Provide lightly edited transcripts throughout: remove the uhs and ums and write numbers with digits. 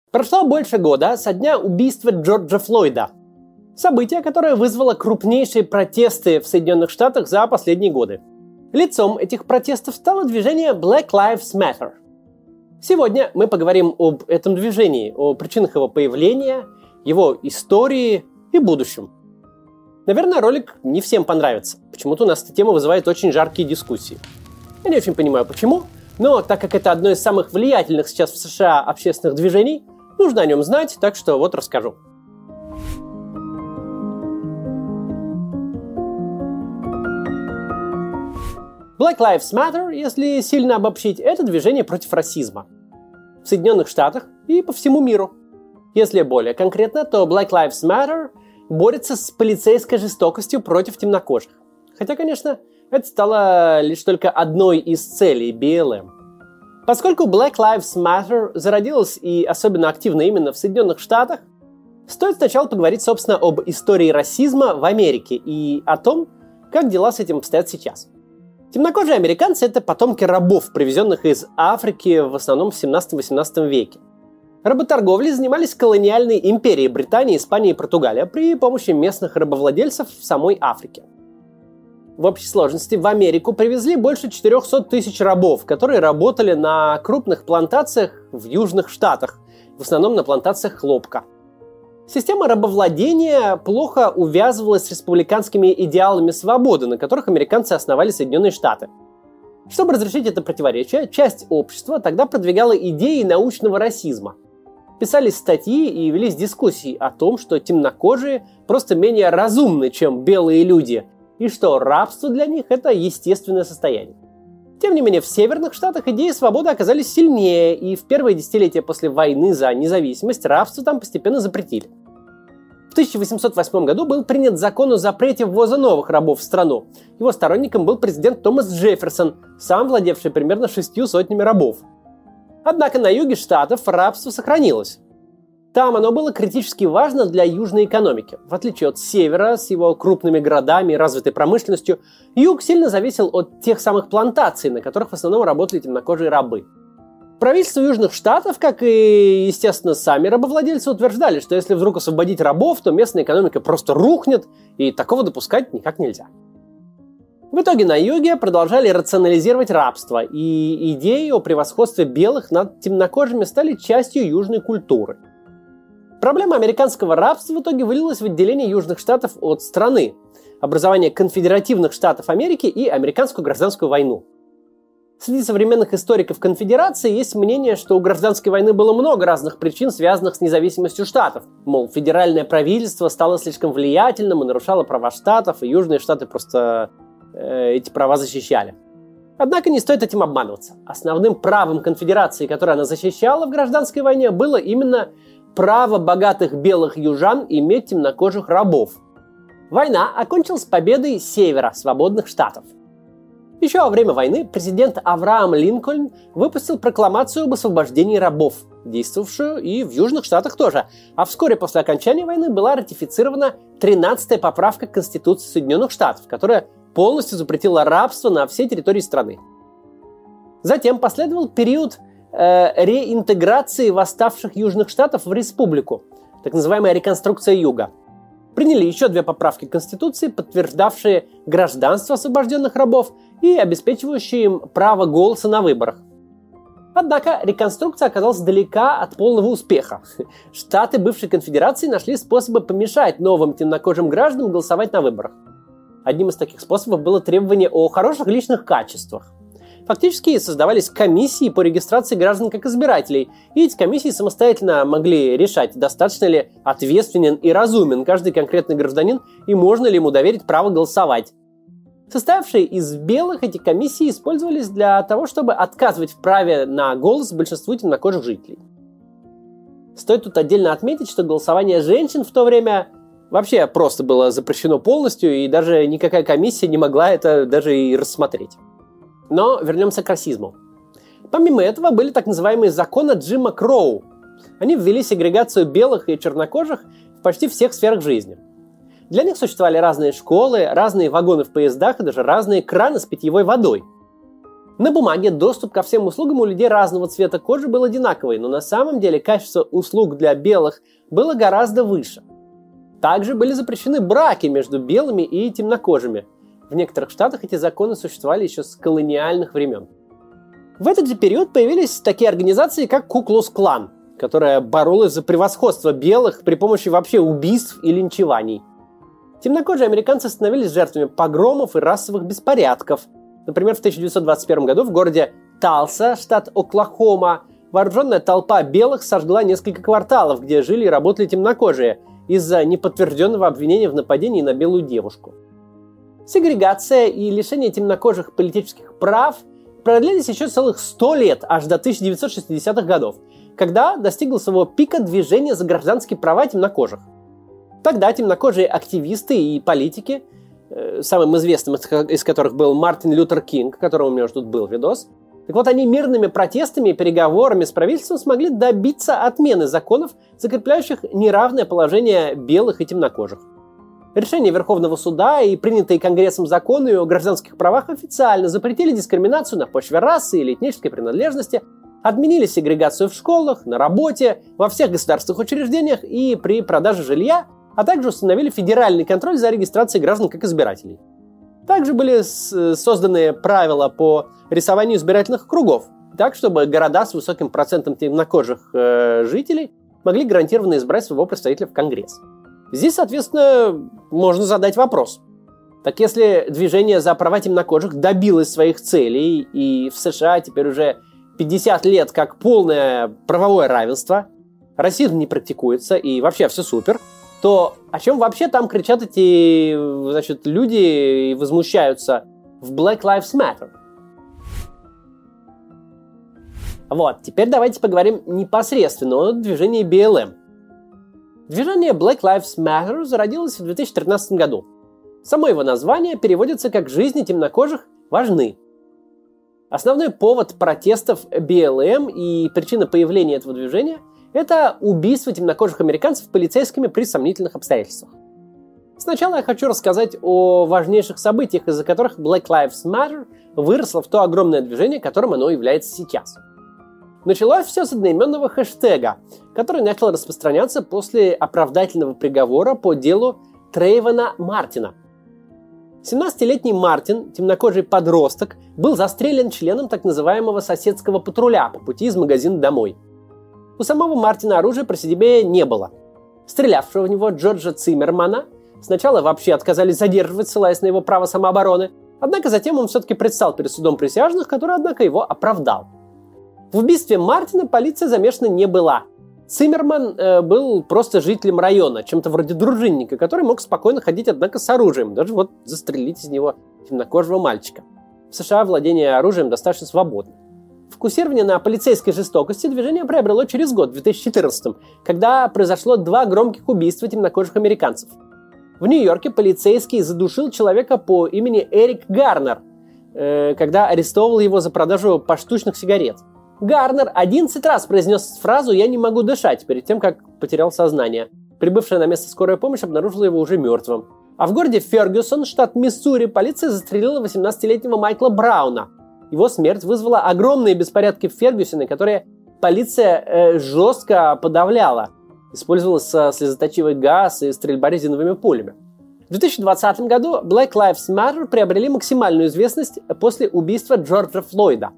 Прошло больше года со дня убийства Джорджа Флойда. Событие, которое вызвало крупнейшие протесты в Соединенных Штатах за последние годы. Лицом этих протестов стало движение Black Lives Matter. Сегодня мы поговорим об этом движении, о причинах его появления, его истории и будущем. Наверное, ролик не всем понравится. Почему-то у нас эта тема вызывает очень жаркие дискуссии. Я не очень понимаю, почему, но так как это одно из самых влиятельных сейчас в США общественных движений, нужно о нем знать, так что вот расскажу. Black Lives Matter, если сильно обобщить, это движение против расизма. В Соединенных Штатах и по всему миру. Если более конкретно, то Black Lives Matter борется с полицейской жестокостью против темнокожих. Хотя, конечно, это стало лишь только одной из целей BLM. Поскольку Black Lives Matter зародилась и особенно активно именно в Соединенных Штатах, стоит сначала поговорить, собственно, об истории расизма в Америке и о том, как дела с этим обстоят сейчас. Темнокожие американцы – это потомки рабов, привезенных из Африки в основном в 17-18 веке. Работорговлей занимались колониальные империи Британия, Испания и Португалия при помощи местных рабовладельцев в самой Африке. В общей сложности в Америку привезли больше 400 тысяч рабов, которые работали на крупных плантациях в Южных Штатах, в основном на плантациях хлопка. Система рабовладения плохо увязывалась с республиканскими идеалами свободы, на которых американцы основали Соединенные Штаты. Чтобы разрешить это противоречие, часть общества тогда продвигала идеи научного расизма. Писались статьи и велись дискуссии о том, что темнокожие просто менее разумны, чем белые люди, и что рабство для них – это естественное состояние. Тем не менее, в северных штатах идеи свободы оказались сильнее, и в первые десятилетия после войны за независимость рабство там постепенно запретили. В 1808 году был принят закон о запрете ввоза новых рабов в страну. Его сторонником был президент Томас Джефферсон, сам владевший примерно 600 рабов. Однако на юге штатов рабство сохранилось. Там оно было критически важно для южной экономики. В отличие от севера, с его крупными городами и развитой промышленностью, юг сильно зависел от тех самых плантаций, на которых в основном работали темнокожие рабы. Правительство Южных Штатов, как и, естественно, сами рабовладельцы, утверждали, что если вдруг освободить рабов, то местная экономика просто рухнет, и такого допускать никак нельзя. В итоге на юге продолжали рационализировать рабство, и идеи о превосходстве белых над темнокожими стали частью южной культуры. Проблема американского рабства в итоге вылилась в отделение Южных Штатов от страны, образование конфедеративных штатов Америки и американскую гражданскую войну. Среди современных историков конфедерации есть мнение, что у гражданской войны было много разных причин, связанных с независимостью штатов. Мол, федеральное правительство стало слишком влиятельным и нарушало права штатов, и южные штаты просто эти права защищали. Однако не стоит этим обманываться. Основным правом конфедерации, которое она защищала в гражданской войне, было именно право богатых белых южан иметь темнокожих рабов. Война окончилась победой севера, свободных штатов. Еще во время войны президент Авраам Линкольн выпустил прокламацию об освобождении рабов, действовавшую и в Южных Штатах тоже. А вскоре после окончания войны была ратифицирована 13-я поправка к Конституции Соединенных Штатов, которая полностью запретила рабство на всей территории страны. Затем последовал период реинтеграции восставших Южных Штатов в республику, так называемая реконструкция Юга. Приняли еще 2 поправки к Конституции, подтверждавшие гражданство освобожденных рабов и обеспечивающие им право голоса на выборах. Однако реконструкция оказалась далека от полного успеха. Штаты бывшей конфедерации нашли способы помешать новым темнокожим гражданам голосовать на выборах. Одним из таких способов было требование о хороших личных качествах. Фактически создавались комиссии по регистрации граждан как избирателей, и эти комиссии самостоятельно могли решать, достаточно ли ответственен и разумен каждый конкретный гражданин и можно ли ему доверить право голосовать. Состоявшие из белых, эти комиссии использовались для того, чтобы отказывать в праве на голос большинству темнокожих жителей. Стоит тут отдельно отметить, что голосование женщин в то время вообще просто было запрещено полностью, и даже никакая комиссия не могла это даже и рассмотреть. Но вернемся к расизму. Помимо этого были так называемые законы Джима Кроу. Они ввели сегрегацию белых и чернокожих в почти всех сферах жизни. Для них существовали разные школы, разные вагоны в поездах и даже разные краны с питьевой водой. На бумаге доступ ко всем услугам у людей разного цвета кожи был одинаковый, но на самом деле качество услуг для белых было гораздо выше. Также были запрещены браки между белыми и темнокожими. В некоторых штатах эти законы существовали еще с колониальных времен. В этот же период появились такие организации, как Ку-Клукс-Клан, которая боролась за превосходство белых при помощи вообще убийств и линчеваний. Темнокожие американцы становились жертвами погромов и расовых беспорядков. Например, в 1921 году в городе Талса, штат Оклахома, вооруженная толпа белых сожгла несколько кварталов, где жили и работали темнокожие, из-за неподтвержденного обвинения в нападении на белую девушку. Сегрегация и лишение темнокожих политических прав продлились еще целых 100 лет, аж до 1960-х годов, когда достигло своего пика движение за гражданские права темнокожих. Тогда темнокожие активисты и политики, самым известным из которых был Мартин Лютер Кинг, которого у меня уже тут был видос, так вот они мирными протестами и переговорами с правительством смогли добиться отмены законов, закрепляющих неравное положение белых и темнокожих. Решения Верховного суда и принятые Конгрессом законы о гражданских правах официально запретили дискриминацию на почве расы или этнической принадлежности, отменили сегрегацию в школах, на работе, во всех государственных учреждениях и при продаже жилья, а также установили федеральный контроль за регистрацией граждан как избирателей. Также были созданы правила по рисованию избирательных кругов, так, чтобы города с высоким процентом темнокожих жителей могли гарантированно избрать своего представителя в Конгресс. Здесь, соответственно, можно задать вопрос. Так если движение за права темнокожих добилось своих целей, и в США теперь уже 50 лет как полное правовое равенство, расизм не практикуется и вообще все супер, то о чем вообще там кричат эти, люди и возмущаются в Black Lives Matter? Вот, теперь давайте поговорим непосредственно о движении BLM. Движение Black Lives Matter зародилось в 2013 году. Само его название переводится как «жизни темнокожих важны». Основной повод протестов BLM и причина появления этого движения – это убийство темнокожих американцев полицейскими при сомнительных обстоятельствах. Сначала я хочу рассказать о важнейших событиях, из-за которых Black Lives Matter выросло в то огромное движение, которым оно является сейчас. Началось все с одноименного хэштега, который начал распространяться после оправдательного приговора по делу Трейвона Мартина. 17-летний Мартин, темнокожий подросток, был застрелен членом так называемого соседского патруля по пути из магазина домой. У самого Мартина оружия при себе не было. Стрелявшего в него Джорджа Циммермана сначала вообще отказались задерживать, ссылаясь на его право самообороны, однако затем он все-таки предстал перед судом присяжных, который, однако, его оправдал. В убийстве Мартина полиция замешана не была. Циммерман был просто жителем района, чем-то вроде дружинника, который мог спокойно ходить, однако, с оружием, даже вот застрелить из него темнокожего мальчика. В США владение оружием достаточно свободно. Фокусирование на полицейской жестокости движение приобрело через год, в 2014, когда произошло 2 громких убийства темнокожих американцев. В Нью-Йорке полицейский задушил человека по имени Эрик Гарнер, когда арестовывал его за продажу поштучных сигарет. Гарнер 11 раз произнес фразу «я не могу дышать» перед тем, как потерял сознание. Прибывшая на место скорая помощь обнаружила его уже мертвым. А в городе Фергюсон, штат Миссури, полиция застрелила 18-летнего Майкла Брауна. Его смерть вызвала огромные беспорядки в Фергюсоне, которые полиция жестко подавляла. Использовался слезоточивый газ и стрельба резиновыми пулями. В 2020 году Black Lives Matter приобрели максимальную известность после убийства Джорджа Флойда.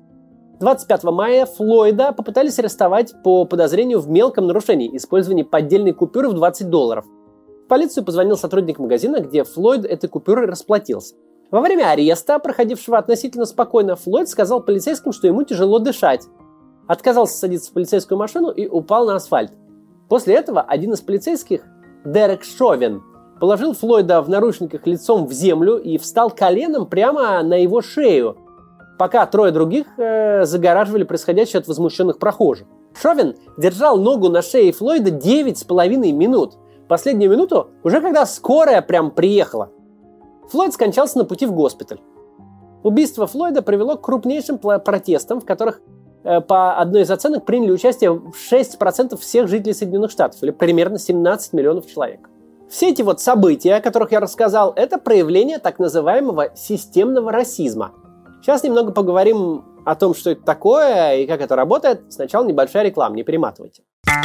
25 мая Флойда попытались арестовать по подозрению в мелком нарушении использования поддельной купюры в $20. В полицию позвонил сотрудник магазина, где Флойд этой купюрой расплатился. Во время ареста, проходившего относительно спокойно, Флойд сказал полицейским, что ему тяжело дышать. Отказался садиться в полицейскую машину и упал на асфальт. После этого один из полицейских, Дерек Шовен, положил Флойда в наручниках лицом в землю и встал коленом прямо на его шею, пока 3 других загораживали происходящее от возмущенных прохожих. Шовен держал ногу на шее Флойда 9,5 минут. Последнюю минуту уже когда скорая прям приехала. Флойд скончался на пути в госпиталь. Убийство Флойда привело к крупнейшим протестам, в которых по одной из оценок приняли участие 6% всех жителей Соединенных Штатов, или примерно 17 миллионов человек. Все эти вот события, о которых я рассказал, это проявление так называемого системного расизма. Сейчас немного поговорим О том, что это такое и как это работает, сначала небольшая реклама, не перематывайте.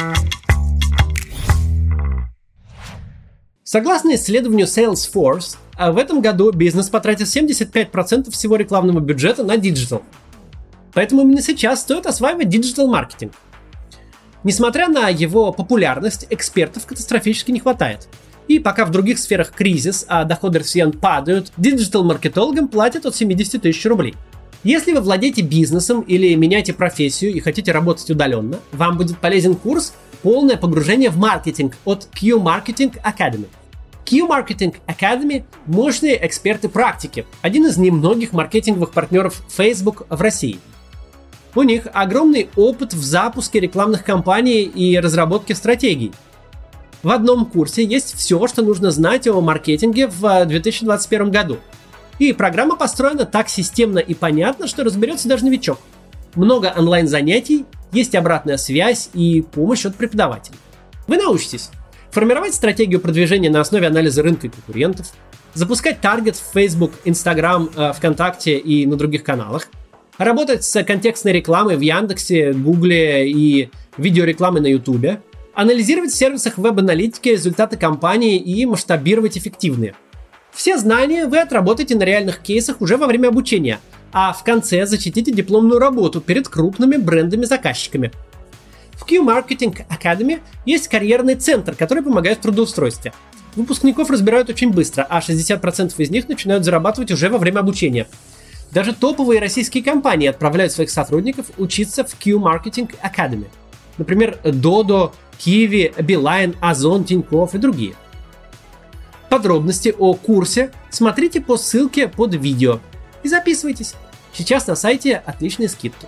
Согласно исследованию Salesforce, в этом году бизнес потратит 75% всего рекламного бюджета на диджитал. Поэтому именно сейчас стоит осваивать диджитал-маркетинг. Несмотря на его популярность, экспертов катастрофически не хватает. И пока в других сферах кризис, а доходы россиян падают, диджитал-маркетологам платят от 70 тысяч рублей. Если вы владеете бизнесом или меняете профессию и хотите работать удаленно, вам будет полезен курс «Полное погружение в маркетинг» от Q-Marketing Academy. Q-Marketing Academy – мощные эксперты практики, один из немногих маркетинговых партнеров Facebook в России. У них огромный опыт в запуске рекламных кампаний и разработке стратегий. В одном курсе есть все, что нужно знать о маркетинге в 2021 году. И программа построена так системно и понятно, что разберется даже новичок. Много онлайн-занятий, есть обратная связь и помощь от преподавателей. Вы научитесь формировать стратегию продвижения на основе анализа рынка и конкурентов, запускать таргет в Facebook, Instagram, ВКонтакте и на других каналах, работать с контекстной рекламой в Яндексе, Гугле и видеорекламой на Ютубе, анализировать в сервисах веб-аналитики результаты кампании и масштабировать эффективные. Все знания вы отработаете на реальных кейсах уже во время обучения, а в конце защитите дипломную работу перед крупными брендами-заказчиками. В Q-Marketing Academy есть карьерный центр, который помогает в трудоустройстве. Выпускников разбирают очень быстро, а 60% из них начинают зарабатывать уже во время обучения. Даже топовые российские компании отправляют своих сотрудников учиться в Q-Marketing Academy. Например, Dodo, Kiwi, Beeline, Озон, Тинькофф и другие. Подробности о курсе смотрите по ссылке под видео и записывайтесь. Сейчас на сайте отличные скидки.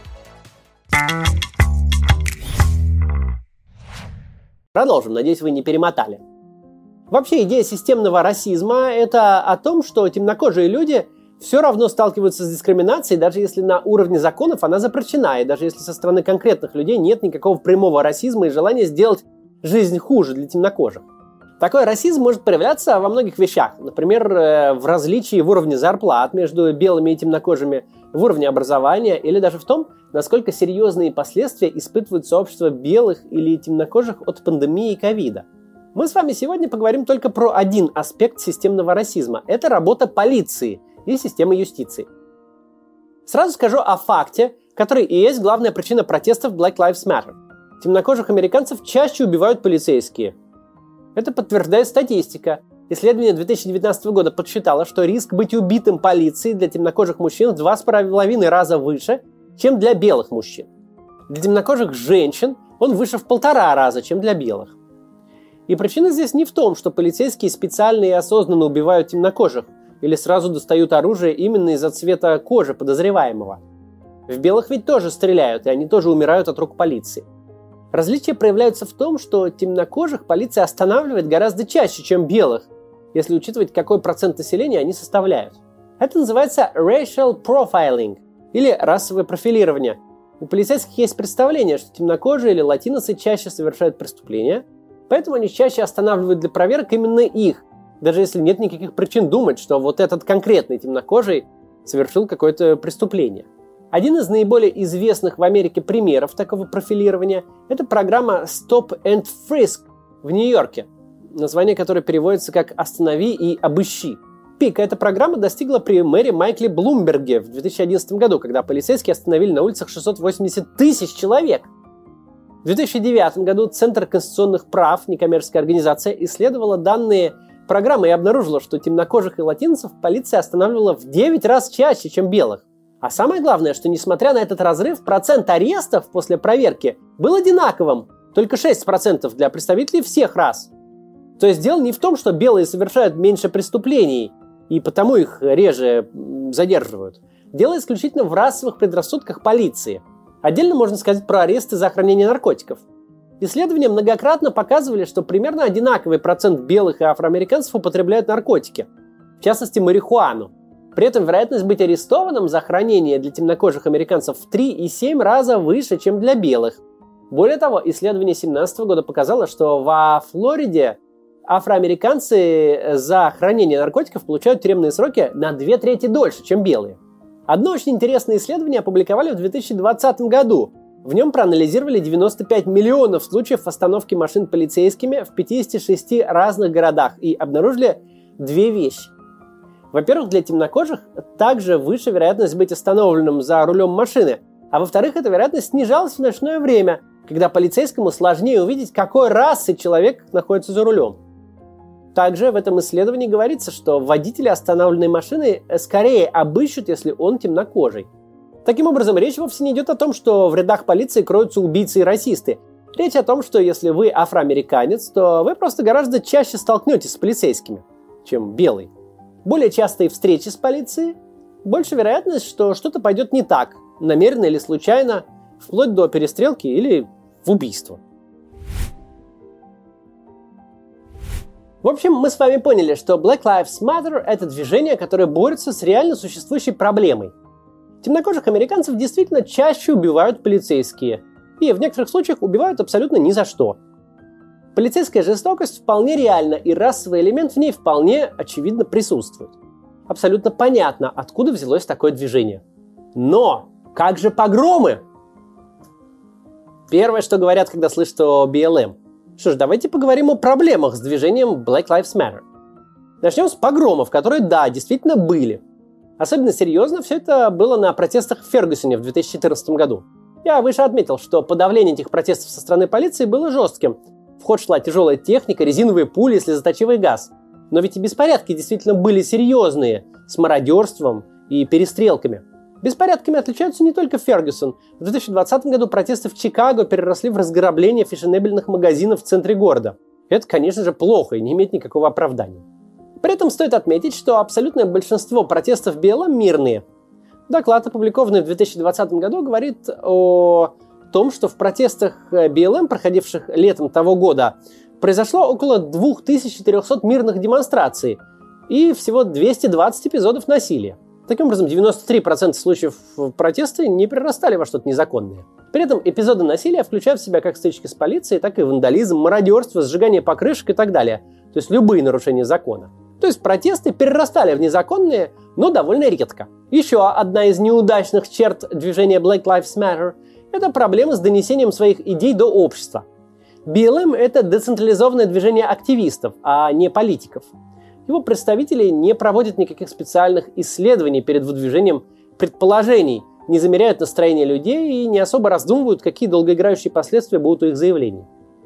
Продолжим, надеюсь, вы не перемотали. Вообще, идея системного расизма – это о том, что темнокожие люди все равно сталкиваются с дискриминацией, даже если на уровне законов она запрещена, и даже если со стороны конкретных людей нет никакого прямого расизма и желания сделать жизнь хуже для темнокожих. Такой расизм может проявляться во многих вещах. Например, в различии в уровне зарплат между белыми и темнокожими, в уровне образования или даже в том, насколько серьезные последствия испытывают сообщество белых или темнокожих от пандемии ковида. Мы с вами сегодня поговорим только про один аспект системного расизма. Это работа полиции и системы юстиции. Сразу скажу о факте, который и есть главная причина протестов Black Lives Matter. Темнокожих американцев чаще убивают полицейские. Это подтверждает статистика. Исследование 2019 года подсчитало, что риск быть убитым полицией для темнокожих мужчин в 2,5 раза выше, чем для белых мужчин. Для темнокожих женщин он выше в 1,5 раза, чем для белых. И причина здесь не в том, что полицейские специально и осознанно убивают темнокожих или сразу достают оружие именно из-за цвета кожи подозреваемого. В белых ведь тоже стреляют, и они тоже умирают от рук полиции. Различия проявляются в том, что темнокожих полиция останавливает гораздо чаще, чем белых, если учитывать, какой процент населения они составляют. Это называется racial profiling, или расовое профилирование. У полицейских есть представление, что темнокожие или латиносы чаще совершают преступления, поэтому они чаще останавливают для проверок именно их, даже если нет никаких причин думать, что вот этот конкретный темнокожий совершил какое-то преступление. Один из наиболее известных в Америке примеров такого профилирования – это программа Stop and Frisk в Нью-Йорке, название которой переводится как «Останови и обыщи». Пика эта программа достигла при мэре Майкле Блумберге в 2011 году, когда полицейские остановили на улицах 680 тысяч человек. В 2009 году Центр конституционных прав, некоммерческая организация, исследовала данные программы и обнаружила, что темнокожих и латинцев полиция останавливала в 9 раз чаще, чем белых. А самое главное, что несмотря на этот разрыв, процент арестов после проверки был одинаковым, только 6% для представителей всех рас. То есть дело не в том, что белые совершают меньше преступлений, и потому их реже задерживают. Дело исключительно в расовых предрассудках полиции. Отдельно можно сказать про аресты за хранение наркотиков. Исследования многократно показывали, что примерно одинаковый процент белых и афроамериканцев употребляют наркотики, в частности марихуану. При этом вероятность быть арестованным за хранение для темнокожих американцев в 3,7 раза выше, чем для белых. Более того, исследование 2017 года показало, что во Флориде афроамериканцы за хранение наркотиков получают тюремные сроки на 2/3 дольше, чем белые. Одно очень интересное исследование опубликовали в 2020 году. В нем проанализировали 95 миллионов случаев остановки машин полицейскими в 56 разных городах и обнаружили две вещи. Во-первых, для темнокожих также выше вероятность быть остановленным за рулем машины, а во-вторых, эта вероятность снижалась в ночное время, когда полицейскому сложнее увидеть, какой расы человек находится за рулем. Также в этом исследовании говорится, что водители остановленной машины скорее обыщут, если он темнокожий. Таким образом, речь вовсе не идет о том, что в рядах полиции кроются убийцы и расисты. Речь о том, что если вы афроамериканец, то вы просто гораздо чаще столкнетесь с полицейскими, чем белый. Более частые встречи с полицией, больше вероятность, что что-то пойдет не так, намеренно или случайно, вплоть до перестрелки или в убийство. В общем, мы с вами поняли, что Black Lives Matter – это движение, которое борется с реально существующей проблемой. Темнокожих американцев действительно чаще убивают полицейские. И в некоторых случаях убивают абсолютно ни за что. Полицейская жестокость вполне реальна, и расовый элемент в ней вполне очевидно присутствует. Абсолютно понятно, откуда взялось такое движение. Но как же погромы? Первое, что говорят, когда слышат о BLM. Что ж, давайте поговорим о проблемах с движением Black Lives Matter. Начнем с погромов, которые, да, действительно были. Особенно серьезно все это было на протестах в Фергюсоне в 2014 году. Я выше отметил, что подавление этих протестов со стороны полиции было жестким. В ход шла тяжелая техника, резиновые пули, слезоточивый газ. Но ведь и беспорядки действительно были серьезные, с мародерством и перестрелками. Беспорядками отличаются не только Фергюсон. В 2020 году протесты в Чикаго переросли в разграбление фешенебельных магазинов в центре города. Это, конечно же, плохо и не имеет никакого оправдания. При этом стоит отметить, что абсолютное большинство протестов BLM мирные. Доклад, опубликованный в 2020 году, говорит о том, что в протестах BLM, проходивших летом того года, произошло около 2400 мирных демонстраций и всего 220 эпизодов насилия. Таким образом, 93% случаев протеста не перерастали во что-то незаконное. При этом эпизоды насилия включают в себя как стычки с полицией, так и вандализм, мародерство, сжигание покрышек и так далее. То есть любые нарушения закона. То есть протесты перерастали в незаконные, но довольно редко. Еще одна из неудачных черт движения Black Lives Matter – это проблема с донесением своих идей до общества. BLM – это децентрализованное движение активистов, а не политиков. Его представители не проводят никаких специальных исследований перед выдвижением предположений, не замеряют настроение людей и не особо раздумывают, какие долгоиграющие последствия будут у их заявлений.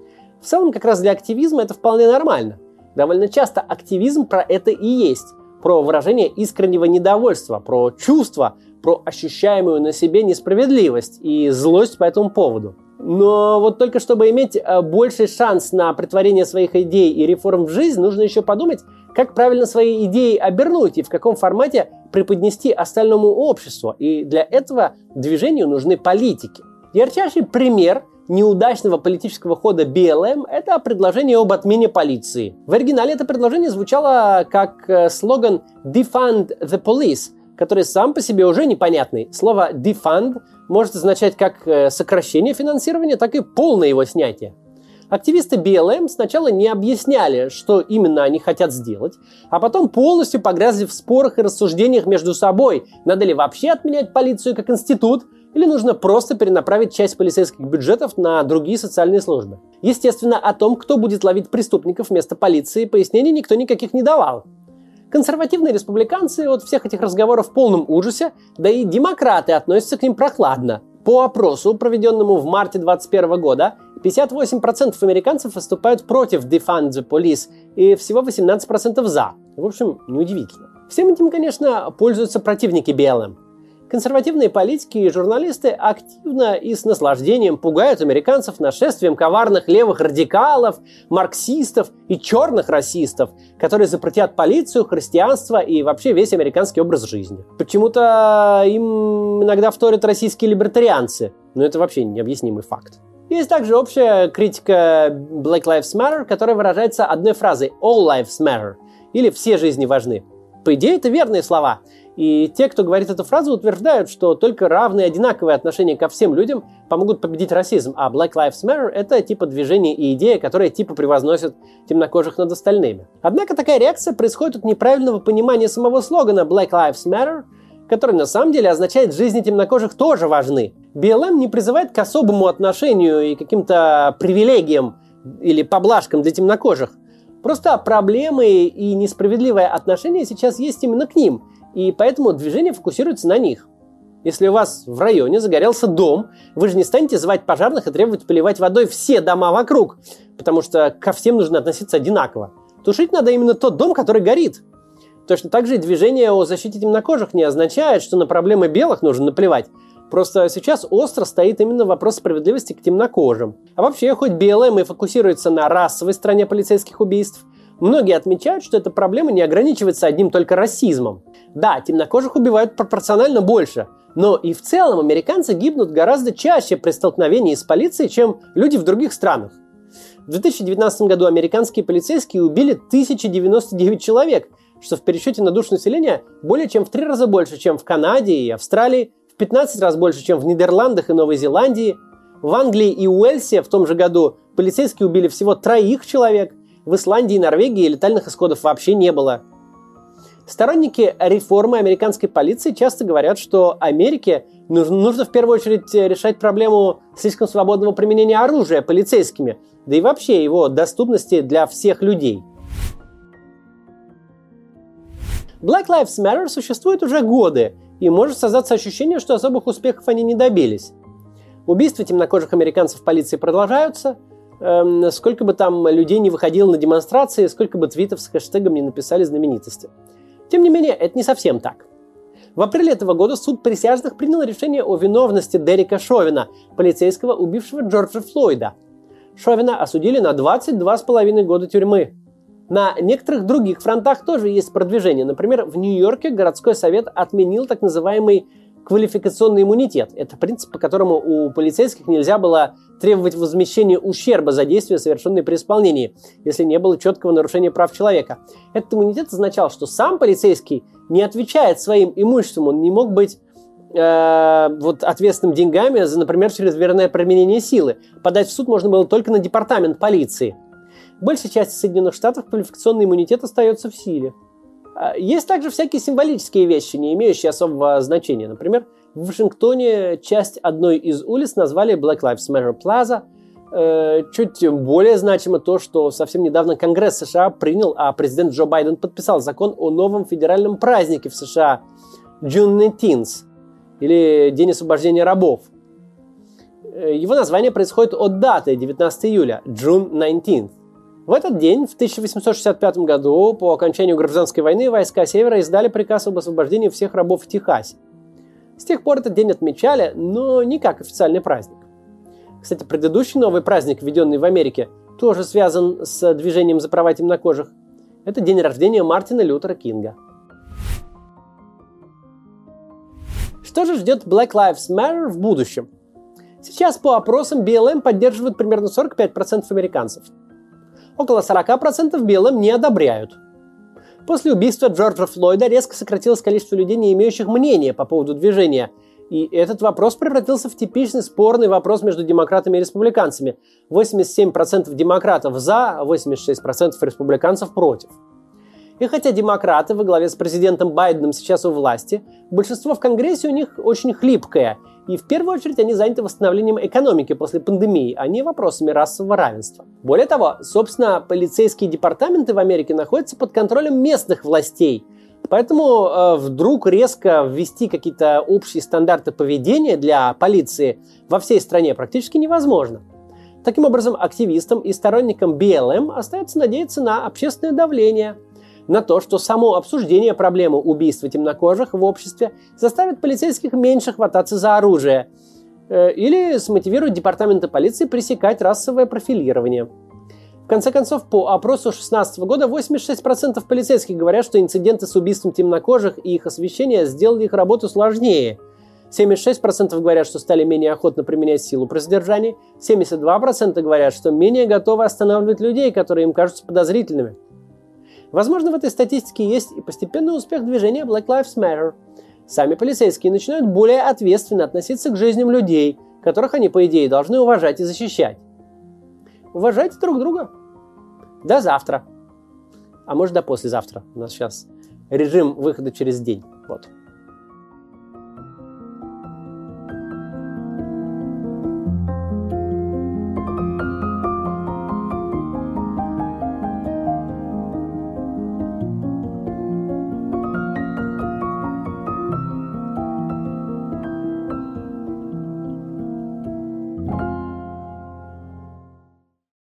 В целом, как раз для активизма это вполне нормально. Довольно часто активизм про это и есть. Про выражение искреннего недовольства, про чувства, про ощущаемую на себе несправедливость и злость по этому поводу. Но вот только чтобы иметь больший шанс на претворение своих идей и реформ в жизнь, нужно еще подумать, как правильно свои идеи обернуть и в каком формате преподнести остальному обществу. И для этого движению нужны политики. Ярчайший пример неудачного политического хода BLM – это предложение об отмене полиции. В оригинале это предложение звучало как слоган «Defund the police», который сам по себе уже непонятный. Слово «defund» может означать как сокращение финансирования, так и полное его снятие. Активисты BLM сначала не объясняли, что именно они хотят сделать, а потом полностью погрязли в спорах и рассуждениях между собой, надо ли вообще отменять полицию как институт, или нужно просто перенаправить часть полицейских бюджетов на другие социальные службы. Естественно, о том, кто будет ловить преступников вместо полиции, пояснений никто никаких не давал. Консервативные республиканцы от всех этих разговоров в полном ужасе, да и демократы относятся к ним прохладно. По опросу, проведенному в марте 2021 года, 58% американцев выступают против Defund the Police и всего 18% за. В общем, неудивительно. Всем этим, конечно, пользуются противники BLM. Консервативные политики и журналисты активно и с наслаждением пугают американцев нашествием коварных левых радикалов, марксистов и черных расистов, которые запретят полицию, христианство и вообще весь американский образ жизни. Почему-то им иногда вторят российские либертарианцы, но это вообще необъяснимый факт. Есть также общая критика Black Lives Matter, которая выражается одной фразой «All lives matter» или «Все жизни важны». По идее, это верные слова. И те, кто говорит эту фразу, утверждают, что только равные и одинаковые отношения ко всем людям помогут победить расизм, а Black Lives Matter – это типа движение и идея, которая типа превозносит темнокожих над остальными. Однако такая реакция происходит от неправильного понимания самого слогана Black Lives Matter, который на самом деле означает «жизни темнокожих тоже важны». БЛМ не призывает к особому отношению и каким-то привилегиям или поблажкам для темнокожих. Просто проблемы и несправедливое отношение сейчас есть именно к ним, и поэтому движение фокусируется на них. Если у вас в районе загорелся дом, вы же не станете звать пожарных и требовать поливать водой все дома вокруг, потому что ко всем нужно относиться одинаково. Тушить надо именно тот дом, который горит. Точно так же и движение о защите темнокожих не означает, что на проблемы белых нужно наплевать. Просто сейчас остро стоит именно вопрос справедливости к темнокожим. А вообще, хоть БЛМ и фокусируется на расовой стороне полицейских убийств, многие отмечают, что эта проблема не ограничивается одним только расизмом. Да, темнокожих убивают пропорционально больше, но и в целом американцы гибнут гораздо чаще при столкновении с полицией, чем люди в других странах. В 2019 году американские полицейские убили 1099 человек, что в пересчете на душу населения более чем в 3 раза больше, чем в Канаде и Австралии, в 15 раз больше, чем в Нидерландах и Новой Зеландии. В Англии и Уэльсе в том же году полицейские убили всего 3 человек, в Исландии и Норвегии летальных исходов вообще не было. Сторонники реформы американской полиции часто говорят, что Америке нужно в первую очередь решать проблему слишком свободного применения оружия полицейскими, да и вообще его доступности для всех людей. Black Lives Matter существует уже годы, и может создаться ощущение, что особых успехов они не добились. Убийства темнокожих американцев в полиции продолжаются, сколько бы там людей не выходило на демонстрации, сколько бы твитов с хэштегом не написали знаменитости. Тем не менее, это не совсем так. В апреле этого года суд присяжных принял решение о виновности Дерека Шовина, полицейского, убившего Джорджа Флойда. Шовина осудили на 22,5 года тюрьмы. На некоторых других фронтах тоже есть продвижение. Например, в Нью-Йорке городской совет отменил так называемый квалификационный иммунитет. Это принцип, по которому у полицейских нельзя было требовать возмещения ущерба за действия, совершенные при исполнении, если не было четкого нарушения прав человека. Этот иммунитет означал, что сам полицейский не отвечает своим имуществом, он не мог быть ответственным деньгами за, например, чрезмерное применение силы. Подать в суд можно было только на департамент полиции. В большей части Соединенных Штатов квалификационный иммунитет остается в силе. Есть также всякие символические вещи, не имеющие особого значения. Например, в Вашингтоне часть одной из улиц назвали Black Lives Matter Plaza. Чуть более значимо то, что совсем недавно Конгресс США принял, а президент Джо Байден подписал закон о новом федеральном празднике в США Juneteenth, или День освобождения рабов. Его название происходит от даты 19 июля, June 19th. В этот день, в 1865 году, по окончанию гражданской войны, войска Севера издали приказ об освобождении всех рабов в Техасе. С тех пор этот день отмечали, но не как официальный праздник. Кстати, предыдущий новый праздник, введенный в Америке, тоже связан с движением за права темнокожих. Это день рождения Мартина Лютера Кинга. Что же ждет Black Lives Matter в будущем? Сейчас по опросам BLM поддерживают примерно 45% американцев. Около 40% BLM не одобряют. После убийства Джорджа Флойда резко сократилось количество людей, не имеющих мнения по поводу движения. И этот вопрос превратился в типичный спорный вопрос между демократами и республиканцами. 87% демократов за, 86% республиканцев против. И хотя демократы во главе с президентом Байденом сейчас у власти, большинство в Конгрессе у них очень хлипкое. И в первую очередь они заняты восстановлением экономики после пандемии, а не вопросами расового равенства. Более того, собственно, полицейские департаменты в Америке находятся под контролем местных властей. Поэтому вдруг резко ввести какие-то общие стандарты поведения для полиции во всей стране практически невозможно. Таким образом, активистам и сторонникам BLM остается надеяться на общественное давление, на то, что само обсуждение проблемы убийства темнокожих в обществе заставит полицейских меньше хвататься за оружие или смотивирует департаменты полиции пресекать расовое профилирование. В конце концов, по опросу 2016 года 86% полицейских говорят, что инциденты с убийством темнокожих и их освещение сделали их работу сложнее. 76% говорят, что стали менее охотно применять силу при задержании. 72% говорят, что менее готовы останавливать людей, которые им кажутся подозрительными. Возможно, в этой статистике есть и постепенный успех движения Black Lives Matter. Сами полицейские начинают более ответственно относиться к жизням людей, которых они, по идее, должны уважать и защищать. Уважайте друг друга. До завтра. А может, до послезавтра. У нас сейчас режим выхода через день. Вот.